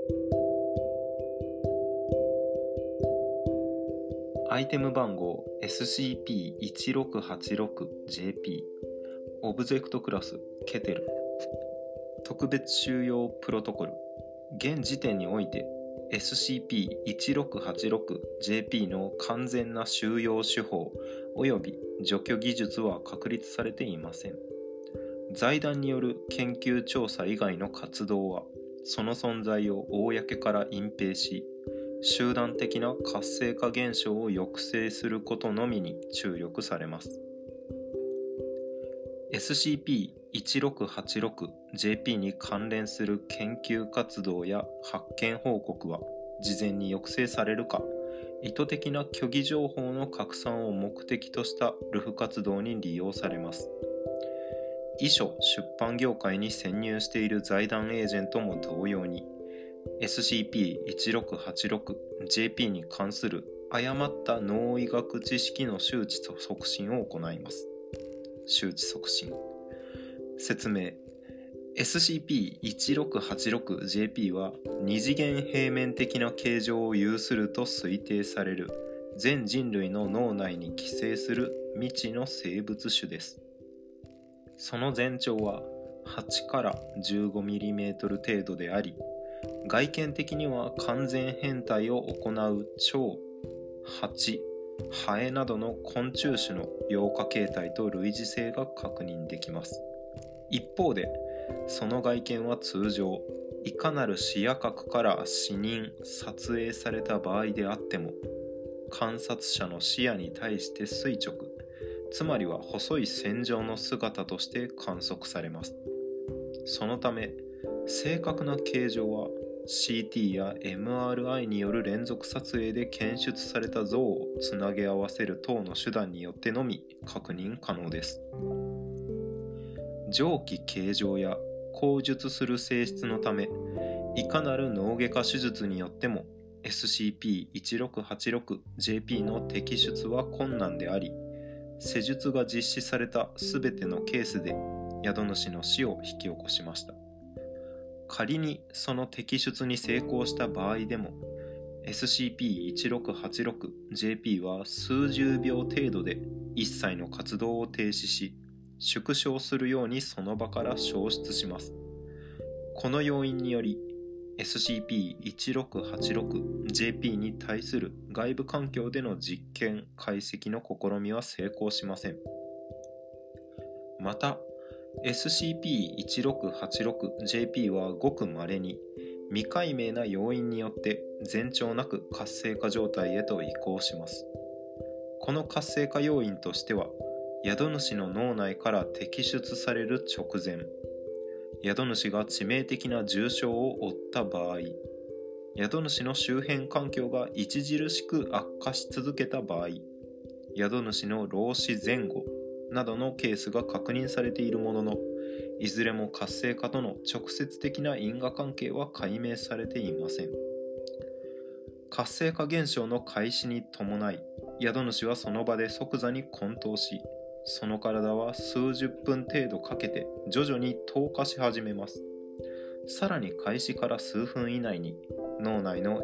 アイテム番号 SCP-1686-JP オブジェクトクラスケテル特別収容プロトコル。現時点において SCP-1686-JP の完全な収容手法及び除去技術は確立されていません。財団による研究調査以外の活動はその存在を公から隠蔽し、集団的な活性化現象を抑制することのみに注力されます。SCP-1686-JP に関連する研究活動や発見報告は事前に抑制されるか、意図的な虚偽情報の拡散を目的としたルフ活動に利用されます。遺書出版業界に潜入している財団エージェントも同様に、SCP-1686-JP に関する誤った脳医学知識の周知と促進を行います。周知促進。説明。SCP-1686-JP は二次元平面的な形状を有すると推定される全人類の脳内に寄生する未知の生物種です。その全長は8から 15mm 程度であり、外見的には完全変態を行う蝶、蜂、ハエなどの昆虫種の幼化形態と類似性が確認できます。一方で、その外見は通常、いかなる視野角から視認・撮影された場合であっても、観察者の視野に対して垂直、つまりは細い線状の姿として観測されます。そのため、正確な形状は CT や MRI による連続撮影で検出された像をつなげ合わせる等の手段によってのみ確認可能です。上記形状や口述する性質のため、いかなる脳外科手術によっても SCP-1686-JP の摘出は困難であり、施術が実施されたすべてのケースで宿主の死を引き起こしました。仮にその摘出に成功した場合でも SCP-1686-JP は数十秒程度で一切の活動を停止し、縮小するようにその場から消失します。この要因により SCP-1686-JP に対する外部環境での実験・解析の試みは成功しません。また、SCP-1686-JP はごく稀に未解明な要因によって前兆なく活性化状態へと移行します。この活性化要因としては、宿主の脳内から摘出される直前、宿主が致命的な重傷を負った場合、宿主の周辺環境が著しく悪化し続けた場合、宿主の老死前後などのケースが確認されているものの、いずれも活性化との直接的な因果関係は解明されていません。活性化現象の開始に伴い、宿主はその場で即座に昏倒し、その体は数十分程度かけて徐々に透過し始めます。さらに開始から数分以内に脳内の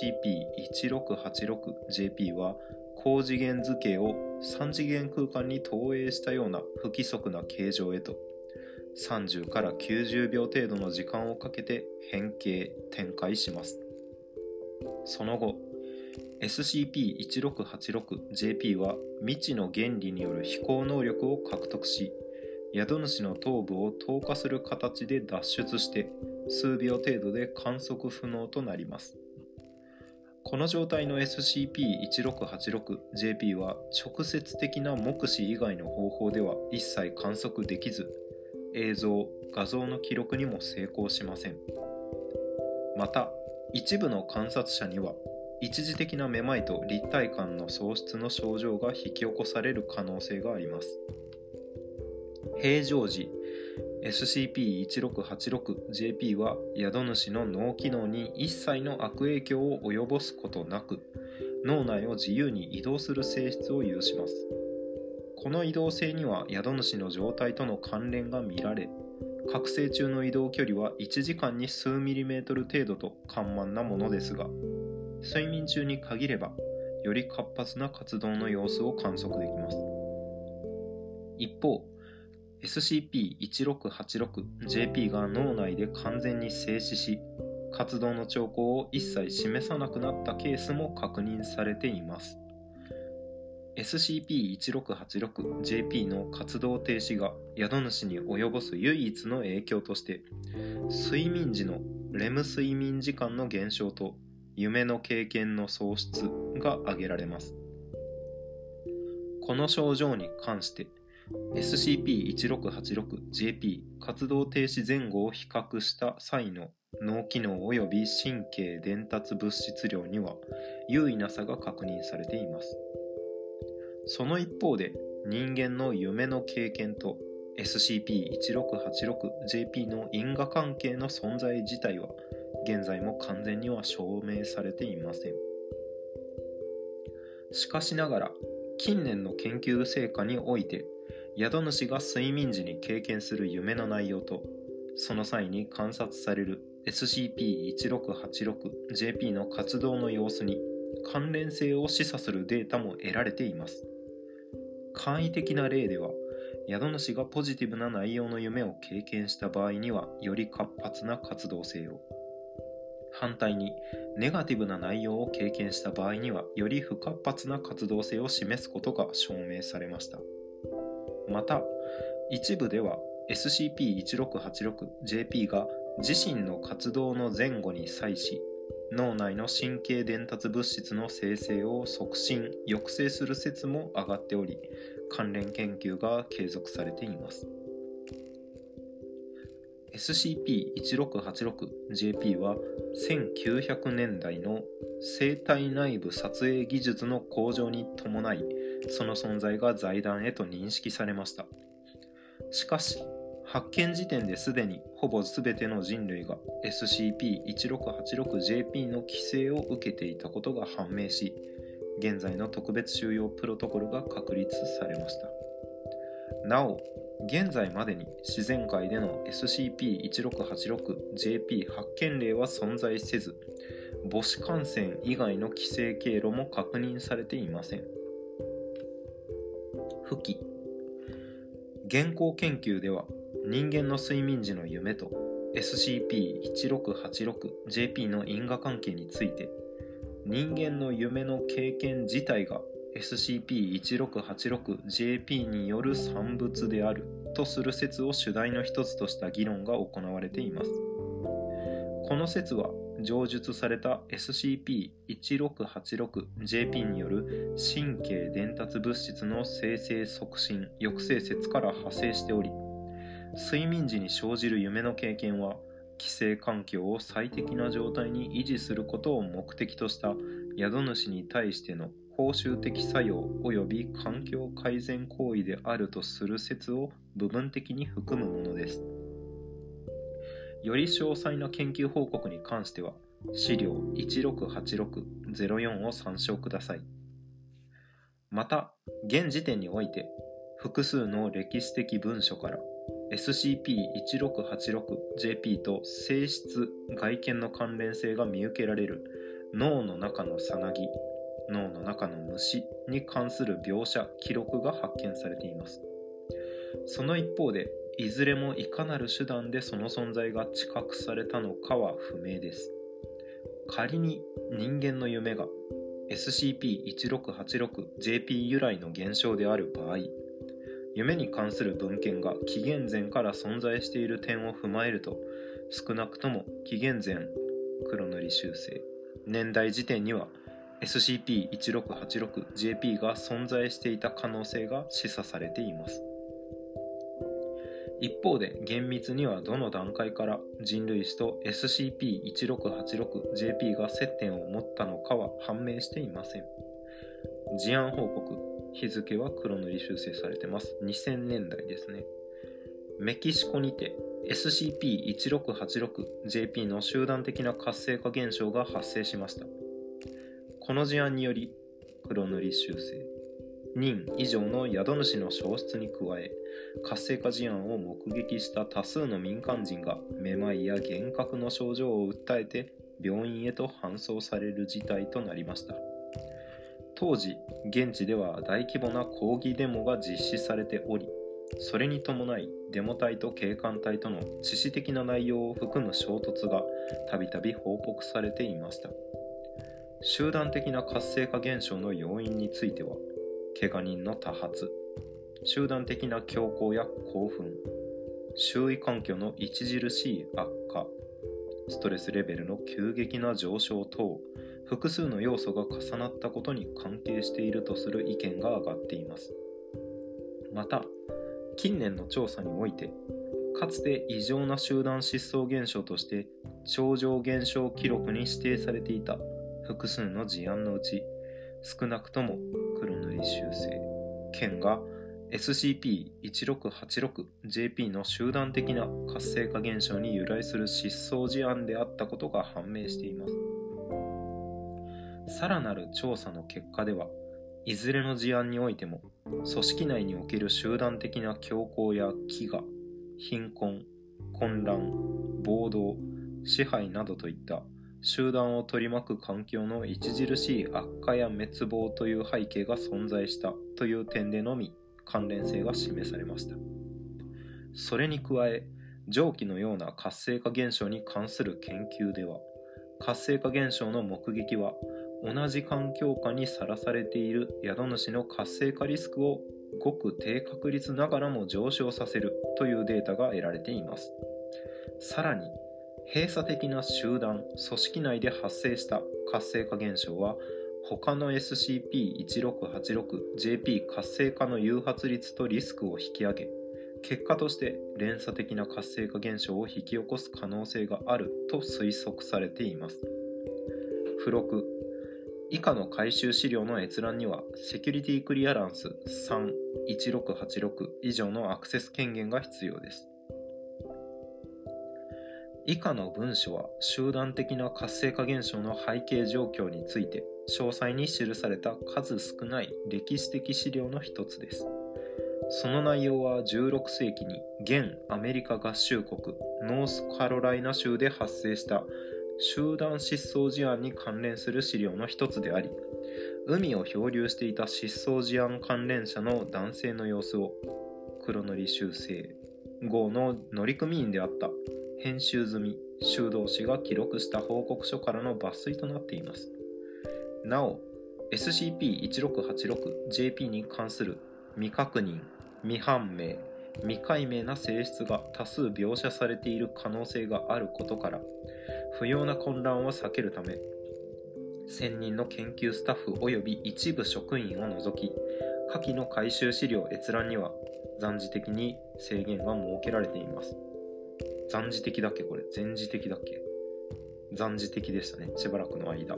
SCP-1686-JP は高次元図形を3次元空間に投影したような不規則な形状へと30から90秒程度の時間をかけて変形・展開します。その後、SCP-1686-JP は未知の原理による飛行能力を獲得し、宿主の頭部を透過する形で脱出して数秒程度で観測不能となります。この状態の SCP-1686-JP は直接的な目視以外の方法では一切観測できず、映像・画像の記録にも成功しません。また、一部の観察者には一時的なめまいと立体感の喪失の症状が引き起こされる可能性があります。平常時、SCP-1686-JP は宿主の脳機能に一切の悪影響を及ぼすことなく、脳内を自由に移動する性質を有します。この移動性には宿主の状態との関連が見られ、 覚醒中の移動距離は1時間に数ミリメートル程度と緩慢なものですが、睡眠中に限ればより活発な活動の様子を観測できます。一方、SCP-1686-JP が脳内で完全に静止し、活動の兆候を一切示さなくなったケースも確認されています。SCP-1686-JP の活動停止が宿主に及ぼす唯一の影響として、睡眠時のレム睡眠時間の減少と夢の経験の喪失が挙げられます。この症状に関して、SCP-1686-JP 活動停止前後を比較した際の脳機能及び神経伝達物質量には有意な差が確認されています。その一方で、人間の夢の経験と SCP-1686-JP の因果関係の存在自体は現在も完全には証明されていません。しかしながら、近年の研究成果において、宿主が睡眠時に経験する夢の内容と、その際に観察される SCP-1686-JP の活動の様子に関連性を示唆するデータも得られています。簡易的な例では、宿主がポジティブな内容の夢を経験した場合にはより活発な活動性を、反対にネガティブな内容を経験した場合にはより不活発な活動性を示すことが証明されました。また、一部では SCP-1686-JP が自身の活動の前後に際し、脳内の神経伝達物質の生成を促進・抑制する説も上がっており、関連研究が継続されています。SCP-1686-JP は1900年代の生体内部撮影技術の向上に伴い、その存在が財団へと認識されました。しかし、発見時点ですでにほぼ全ての人類が SCP-1686-JP の規制を受けていたことが判明し、現在の特別収容プロトコルが確立されました。なお、現在までに自然界での SCP-1686-JP 発見例は存在せず、母子感染以外の寄生経路も確認されていません。付記。現行研究では、人間の睡眠時の夢と SCP-1686-JP の因果関係について、人間の夢の経験自体が SCP-1686-JP による産物であるとする説を主題の一つとした議論が行われています。この説は、上述された SCP-1686-JP による神経伝達物質の生成促進・抑制説から派生しており、睡眠時に生じる夢の経験は、寄生環境を最適な状態に維持することを目的とした宿主に対しての報酬的作用及び環境改善行為であるとする説を部分的に含むものです。より詳細な研究報告に関しては、資料1686-04を参照ください。また、現時点において、複数の歴史的文書から、SCP-1686-JP と性質・外見の関連性が見受けられる脳の中のさなぎ、脳の中の虫に関する描写・記録が発見されています。その一方で、いずれもいかなる手段でその存在が知覚されたのかは不明です。仮に人間の夢が SCP-1686-JP 由来の現象である場合、夢に関する文献が紀元前から存在している点を踏まえると、少なくとも紀元前黒塗り修正年代時点には SCP-1686-JP が存在していた可能性が示唆されています。一方で、厳密にはどの段階から人類史と SCP-1686-JP が接点を持ったのかは判明していません。事案報告、日付は黒塗り修正されてます。2000年代ですね。メキシコにて SCP-1686-JP の集団的な活性化現象が発生しました。この事案により、黒塗り修正。 人以上の宿主の消失に加え、活性化事案を目撃した多数の民間人がめまいや幻覚の症状を訴えて病院へと搬送される事態となりました。当時、現地では大規模な抗議デモが実施されており、それに伴いデモ隊と警官隊との致死的な内容を含む衝突がたびたび報告されていました。集団的な活性化現象の要因については、怪我人の多発、集団的な恐慌や興奮、周囲環境の著しい悪化、ストレスレベルの急激な上昇等、複数の要素が重なったことに関係しているとする意見が上がっています。また、近年の調査において、かつて異常な集団失踪現象として超常現象記録に指定されていた複数の事案のうち、少なくとも黒塗り修正県が SCP-1686-JP の集団的な活性化現象に由来する失踪事案であったことが判明しています。さらなる調査の結果では、いずれの事案においても組織内における集団的な恐慌や飢餓、貧困、混乱、暴動、支配などといった集団を取り巻く環境の著しい悪化や滅亡という背景が存在したという点でのみ関連性が示されました。それに加え、上記のような活性化現象に関する研究では、活性化現象の目撃は同じ環境下にさらされている宿主の活性化リスクをごく低確率ながらも上昇させるというデータが得られています。さらに、閉鎖的な集団・組織内で発生した活性化現象は、他の SCP-1686-JP 活性化の誘発率とリスクを引き上げ、結果として連鎖的な活性化現象を引き起こす可能性があると推測されています。付録。以下の回収資料の閲覧には、セキュリティクリアランス31686以上のアクセス権限が必要です。以下の文書は、集団的な活性化現象の背景状況について詳細に記された数少ない歴史的資料の一つです。その内容は16世紀に現アメリカ合衆国ノースカロライナ州で発生した集団失踪事案に関連する資料の一つであり、海を漂流していた失踪事案関連者の男性の様子を黒塗り修正号の乗組員であった編集済み修道士が記録した報告書からの抜粋となっています。なお、SCP-1686-JP に関する未確認、未判明、未解明な性質が多数描写されている可能性があることから、不要な混乱を避けるため、専任の研究スタッフ及び一部職員を除き、下記の回収資料閲覧には暫時的に制限が設けられています。暫時的だっけこれ前時的だっけ暫時的でしたね。しばらくの間。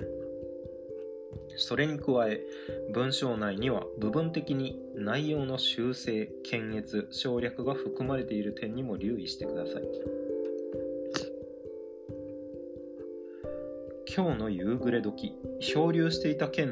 それに加え、文章内には部分的に内容の修正、検閲、省略が含まれている点にも留意してください。今日の夕暮れ時、漂流していた九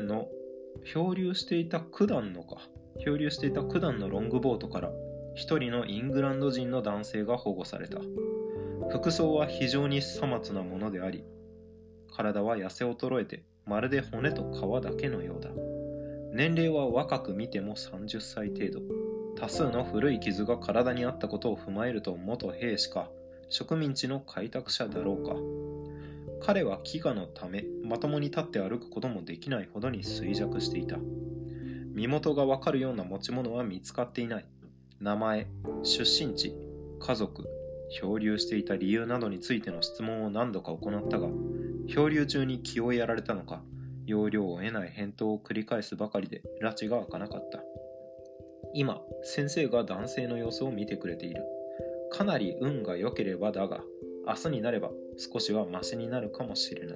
段のロングボートから一人のイングランド人の男性が保護された。服装は非常にさまつなものであり、体は痩せ衰えてまるで骨と皮だけのようだ。年齢は若く見ても30歳程度。多数の古い傷が体にあったことを踏まえると元兵士か植民地の開拓者だろうか。彼は飢餓のためまともに立って歩くこともできないほどに衰弱していた。身元がわかるような持ち物は見つかっていない。名前、出身地、家族、漂流していた理由などについての質問を何度か行ったが、漂流中に気をやられたのか、要領を得ない返答を繰り返すばかりで埒が明かなかった。今、先生が男性の様子を見てくれている。かなり運が良ければだが、明日になれば少しはマシになるかもしれない。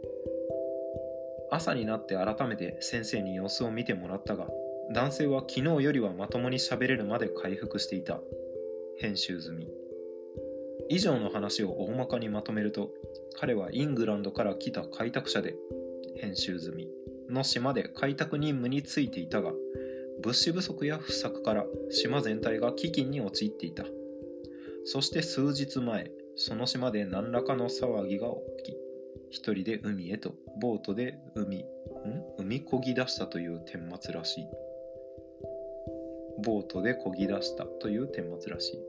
朝になって改めて先生に様子を見てもらったが、男性は昨日よりはまともに喋れるまで回復していた。編集済み。以上の話を大まかにまとめると、彼はイングランドから来た開拓者で、編集済みの島で開拓任務に就いていたが、 物資不足や不作から島全体が飢饉に陥っていた。そして数日前、その島で何らかの騒ぎが起き、一人で海へとボートで海漕ぎ出したという顛末らしい。ボートで漕ぎ出したという顛末らしい。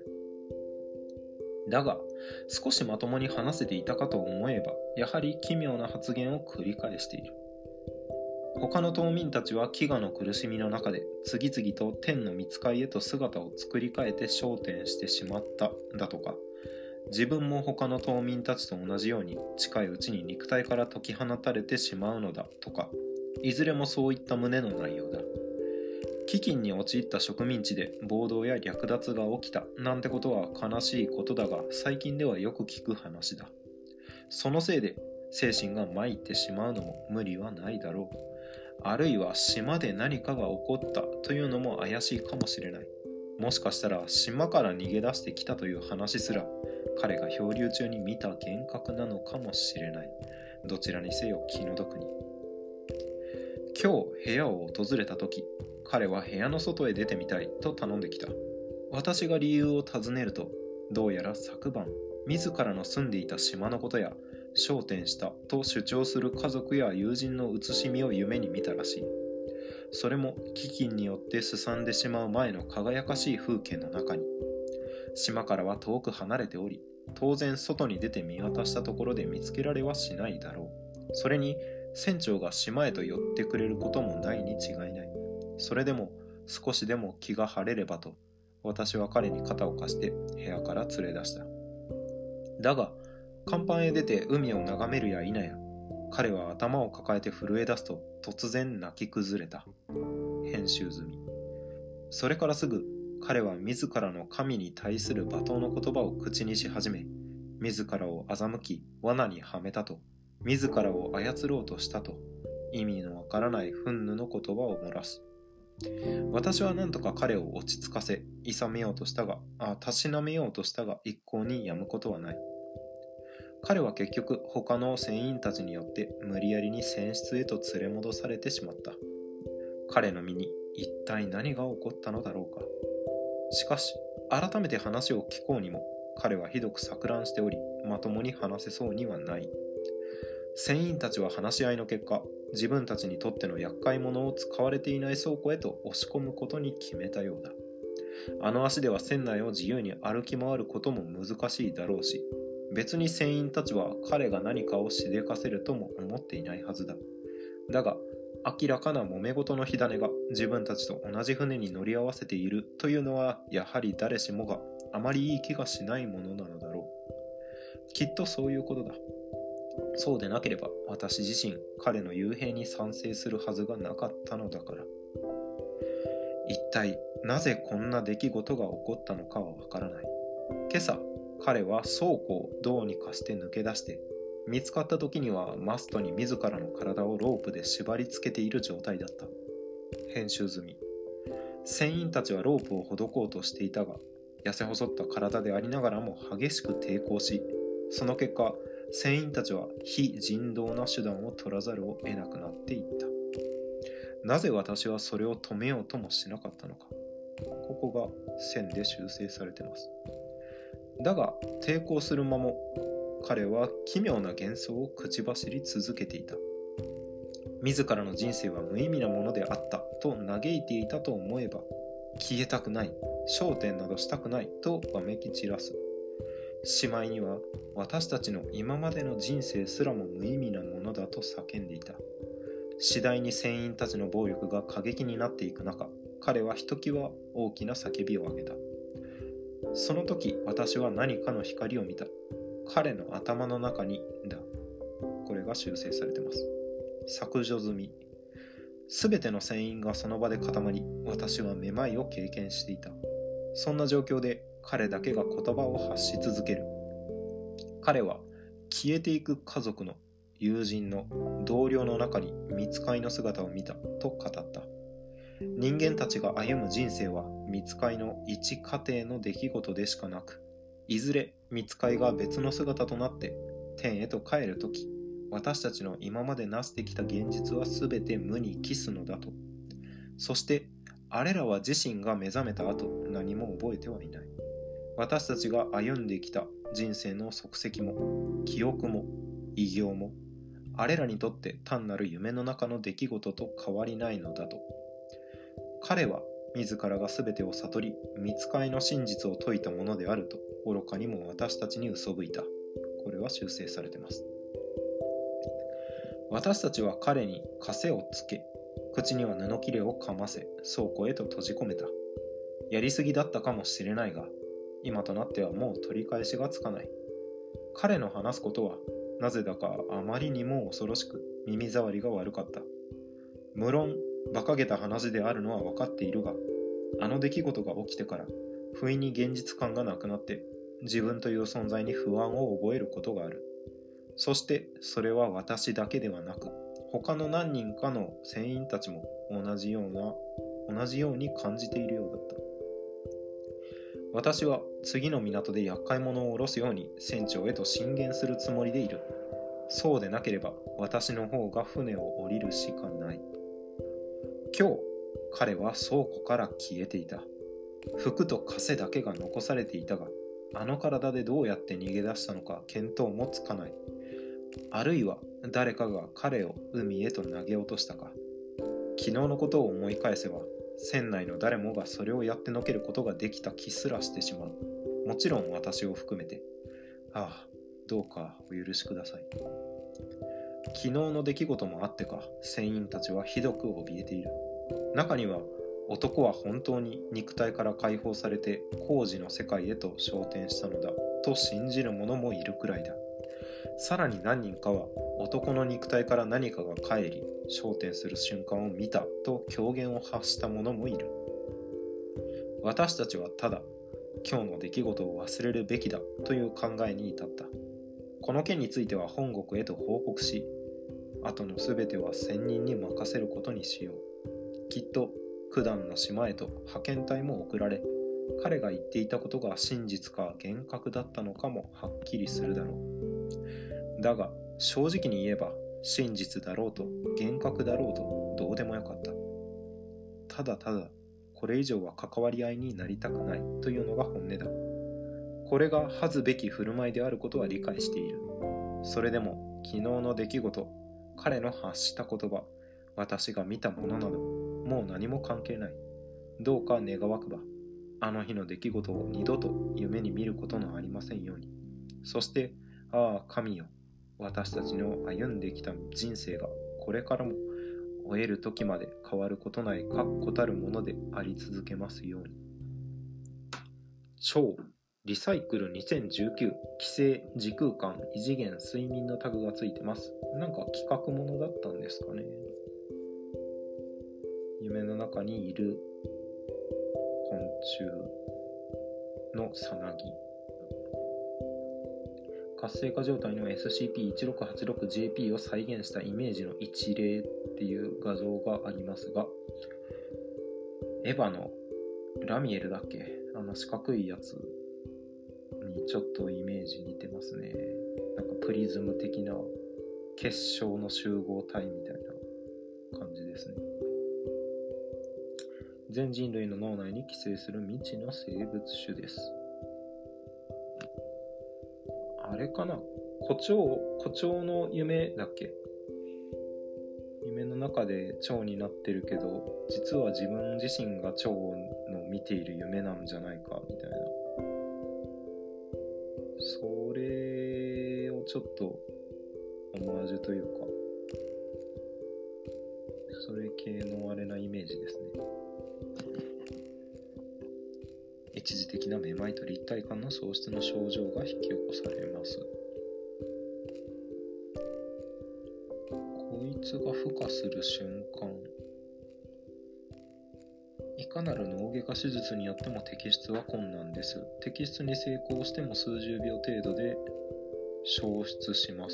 だが、少しまともに話せていたかと思えば、やはり奇妙な発言を繰り返している。他の島民たちは飢餓の苦しみの中で次々と天の御使いへと姿を作り変えて昇天してしまっただとか、自分も他の島民たちと同じように近いうちに肉体から解き放たれてしまうのだとか、いずれもそういった旨の内容だ。飢饉に陥った植民地で暴動や略奪が起きたなんてことは悲しいことだが、最近ではよく聞く話だ。そのせいで精神が参ってしまうのも無理はないだろう。あるいは島で何かが起こったというのも怪しいかもしれない。もしかしたら島から逃げ出してきたという話すら彼が漂流中に見た幻覚なのかもしれない。どちらにせよ気の毒に。今日部屋を訪れた時、彼は部屋の外へ出てみたいと頼んできた。私が理由を尋ねると、どうやら昨晩自らの住んでいた島のことや昇天したと主張する家族や友人の写しみを夢に見たらしい。それも飢饉によってすさんでしまう前の輝かしい風景の中に。島からは遠く離れており、当然外に出て見渡したところで見つけられはしないだろう。それに船長が島へと寄ってくれることもないに違いない。それでも少しでも気が晴れればと、私は彼に肩を貸して部屋から連れ出した。だが甲板へ出て海を眺めるや否や、彼は頭を抱えて震え出すと突然泣き崩れた。編集済み。それからすぐ彼は自らの神に対する罵倒の言葉を口にし始め、自らを欺き罠にはめたと、自らを操ろうとしたと、意味のわからない憤怒の言葉を漏らす。私は何とか彼を落ち着かせ、諌めようとしたが、たしなめようとしたが一向にやむことはない。彼は結局他の船員たちによって無理やりに船室へと連れ戻されてしまった。彼の身に一体何が起こったのだろうか。しかし改めて話を聞こうにも彼はひどく錯乱しており、まともに話せそうにはない。船員たちは話し合いの結果、自分たちにとっての厄介者を使われていない倉庫へと押し込むことに決めたようだ。あの足では船内を自由に歩き回ることも難しいだろうし、別に船員たちは彼が何かをしでかせるとも思っていないはずだ。だが明らかな揉め事の火種が自分たちと同じ船に乗り合わせているというのは、やはり誰しもがあまりいい気がしないものなのだろう。きっとそういうことだ。そうでなければ私自身彼の幽閉に賛成するはずがなかったのだから。一体なぜこんな出来事が起こったのかはわからない。今朝彼は倉庫をどうにかして抜け出して、見つかった時にはマストに自らの体をロープで縛り付けている状態だった。編集済み。船員たちはロープをほどこうとしていたが、痩せ細った体でありながらも激しく抵抗し、その結果船員たちは非人道な手段を取らざるを得なくなっていった。なぜ私はそれを止めようともしなかったのか。ここが線で修正されてます。だが抵抗する間も彼は奇妙な幻想を口走り続けていた。自らの人生は無意味なものであったと嘆いていたと思えば、消えたくない、焦点などしたくないとわめき散らす。しまいには私たちの今までの人生すらも無意味なものだと叫んでいた。次第に船員たちの暴力が過激になっていく中、彼はひときわ大きな叫びを上げた。その時私は何かの光を見た。彼の頭の中にだ。これが修正されてます。削除済み。すべての船員がその場で固まり、私はめまいを経験していた。そんな状況で彼だけが言葉を発し続ける。彼は消えていく家族の、友人の、同僚の中に御使いの姿を見たと語った。人間たちが歩む人生は御使いの一過程の出来事でしかなく、いずれ御使いが別の姿となって天へと帰るとき、私たちの今までなしてきた現実はすべて無に帰すのだと。 そしてあれらは自身が目覚めた後何も覚えてはいない。私たちが歩んできた人生の足跡も記憶も偉業もあれらにとって単なる夢の中の出来事と変わりないのだと。彼は自らが全てを悟り、御使いの真実を説いたものであると愚かにも私たちに嘘吹いた。これは修正されてます。私たちは彼に枷をつけ、口には布切れをかませ、倉庫へと閉じ込めた。やりすぎだったかもしれないが、今となってはもう取り返しがつかない。彼の話すことは、なぜだかあまりにも恐ろしく、耳障りが悪かった。無論、馬鹿げた話であるのは分かっているが、あの出来事が起きてから、不意に現実感がなくなって、自分という存在に不安を覚えることがある。そしてそれは私だけではなく、他の何人かの船員たちも同じように感じているようだった。私は次の港で厄介者を下ろすように船長へと進言するつもりでいる。そうでなければ私の方が船を降りるしかない。今日、彼は倉庫から消えていた。服と枷だけが残されていたが、あの体でどうやって逃げ出したのか見当もつかない。あるいは誰かが彼を海へと投げ落としたか。昨日のことを思い返せば、船内の誰もがそれをやってのけることができた気すらしてしまう。もちろん私を含めて。ああ、どうかお許しください。昨日の出来事もあってか、船員たちはひどく怯えている。中には、男は本当に肉体から解放されて工事の世界へと昇天したのだと信じる者もいるくらいだ。さらに何人かは男の肉体から何かが帰り昇天する瞬間を見たと狂言を発した者もいる。私たちはただ今日の出来事を忘れるべきだという考えに至った。この件については本国へと報告し、後のすべては専任に任せることにしよう。きっと九段の島へと派遣隊も送られ、彼が言っていたことが真実か幻覚だったのかもはっきりするだろう。だが正直に言えば真実だろうと幻覚だろうとどうでもよかった。ただただこれ以上は関わり合いになりたくないというのが本音だ。これが恥ずべき振る舞いであることは理解している。それでも昨日の出来事、彼の発した言葉、私が見たものなどもう何も関係ない。どうか願わくば、あの日の出来事を二度と夢に見ることのありませんように。そして、ああ神よ、私たちの歩んできた人生がこれからも終える時まで変わることない確固たるものであり続けますように。超リサイクル2019規制時空間異次元睡眠のタグがついてます。なんか企画ものだったんですかね。夢の中にいる昆虫のさなぎ、活性化状態の SCP-1686JP を再現したイメージの一例っていう画像がありますが、エヴァのラミエルだっけ、四角いやつにちょっとイメージ似てますね。なんかプリズム的な結晶の集合体みたいな感じですね。全人類の脳内に寄生する未知の生物種です。あれかな、誇張の夢だっけ。夢の中で蝶になってるけど、実は自分自身が蝶の見ている夢なんじゃないかみたいな。それをちょっとオマージュというか、それ系のあれなイメージですね。一時的なめまいと立体感の喪失の症状が引き起こされます。こいつが孵化する瞬間、いかなる脳外科手術によっても摘出は困難です。摘出に成功しても数十秒程度で消失します。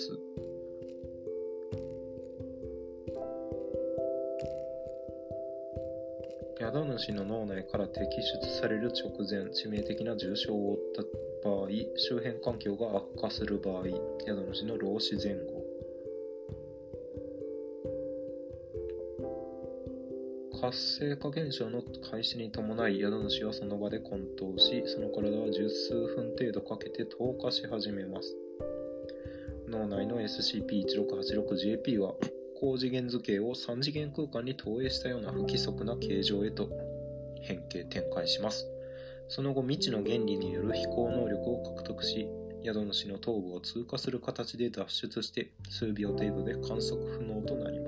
宿主の脳内から摘出される直前、致命的な重傷を負った場合、周辺環境が悪化する場合、宿主の老死前後、 活性化現象の開始に伴い、宿主はその場で混沌し、その体は十数分程度かけて透過し始めます。脳内の SCP-1686-JP は高次元図形を3次元空間に投影したような不規則な形状へと変形展開します。その後、未知の原理による飛行能力を獲得し、宿主の頭部を通過する形で脱出して数秒程度で観測不能となります。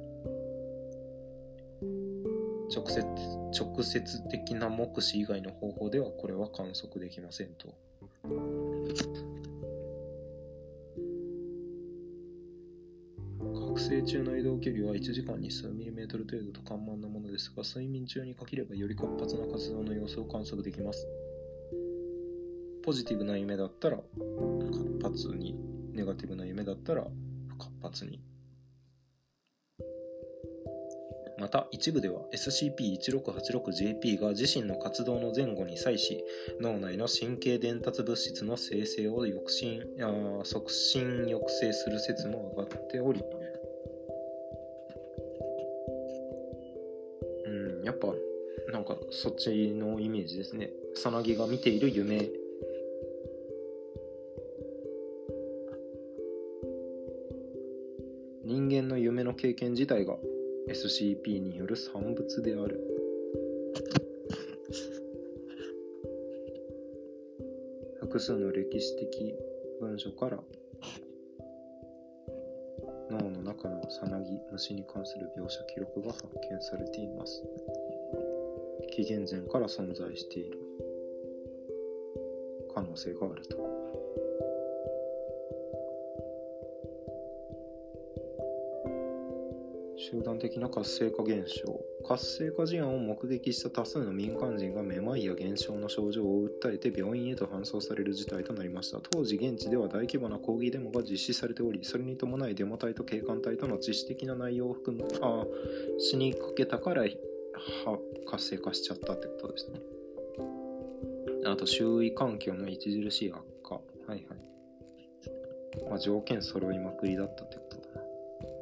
直接的な目視以外の方法ではこれは観測できませんと。覚醒中の移動距離は1時間に数ミリメートル程度と緩慢なものですが、睡眠中に限ればより活発な活動の様子を観測できます。ポジティブな夢だったら活発に、ネガティブな夢だったら不活発に。また一部では SCP-1686-JP が自身の活動の前後に際し、脳内の神経伝達物質の生成を促進抑制する説も上がっており、やっぱなんかそっちのイメージですね。さなぎが見ている夢、人間の夢の経験自体が SCP による産物である。複数の歴史的文書から脳の中のさなぎ、虫に関する描写記録が発見されています。紀元前から存在している可能性があると。集団的な活性化現象。活性化事案を目撃した多数の民間人がめまいや減少の症状を訴えて病院へと搬送される事態となりました。当時現地では大規模な抗議デモが実施されており、それに伴いデモ隊と警官隊との自主的な内容を含む死にかけたから活性化しちゃったってことですね。あと周囲環境の著しい悪化。条件揃いまくりだったってことだな。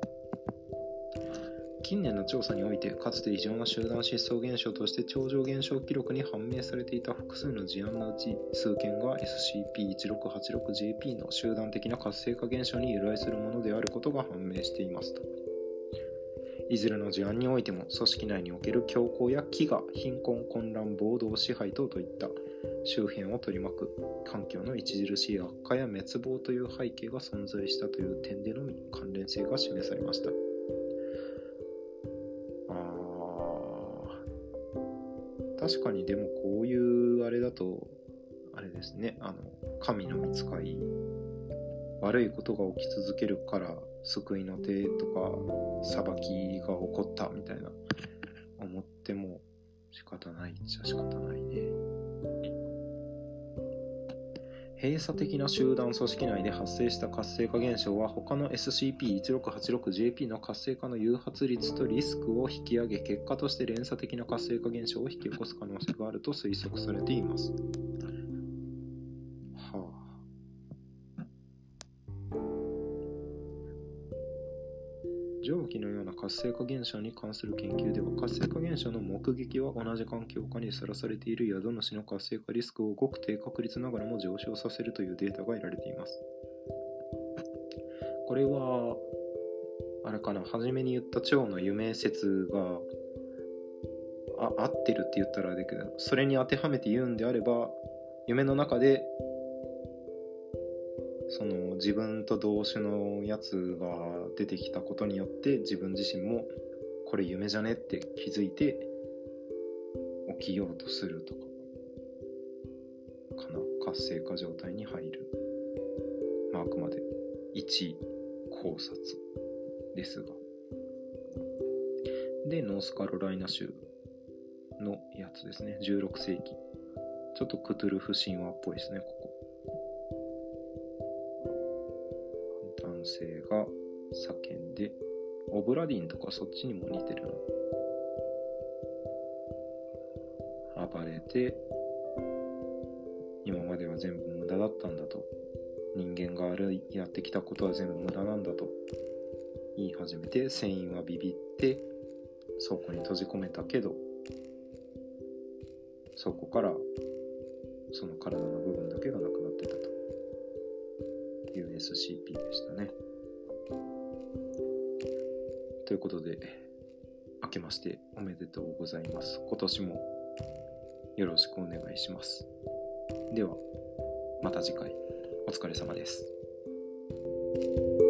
近年の調査において、かつて異常な集団失踪現象として超常現象記録に判明されていた複数の事案のうち、数件が SCP-1686-JP の集団的な活性化現象に由来するものであることが判明していますと。いずれの事案においても、組織内における恐慌や飢餓、貧困、混乱、暴動、支配等といった周辺を取り巻く環境の著しい悪化や滅亡という背景が存在したという点でのみ関連性が示されました。確かにでもこういうあれだとあれですね、神の御使い、悪いことが起き続けるから救いの手とか裁きが起こったみたいな思っても仕方ないっちゃ仕方ないね。閉鎖的な集団組織内で発生した活性化現象は他の SCP-1686-JP の活性化の誘発率とリスクを引き上げ、結果として連鎖的な活性化現象を引き起こす可能性があると推測されています。上記のような活性化現象に関する研究では、活性化現象の目撃は同じ環境下にさらされている宿主の活性化リスクをごく低確率ながらも上昇させるというデータが得られています。これはあれかな、初めに言った蝶の夢説が合ってるって言ったらあれだけど、それに当てはめて言うんであれば、夢の中でその自分と同種のやつが出てきたことによって自分自身もこれ夢じゃねって気づいて起きようとするとかかな、活性化状態に入る。あくまで一考察ですが。で、ノースカロライナ州のやつですね。16世紀。ちょっとクトゥルフ神話っぽいですね、ここ。男性が叫んで、オブラディンとかそっちにも似てるな。暴れて、今までは全部無駄だったんだと。人間がやってきたことは全部無駄なんだと言い始めて、船員はビビって倉庫に閉じ込めたけど、倉庫からその体の部分だけがなくなってたという SCP でしたね。ということで、明けましておめでとうございます。今年もよろしくお願いします。ではまた次回、お疲れ様です。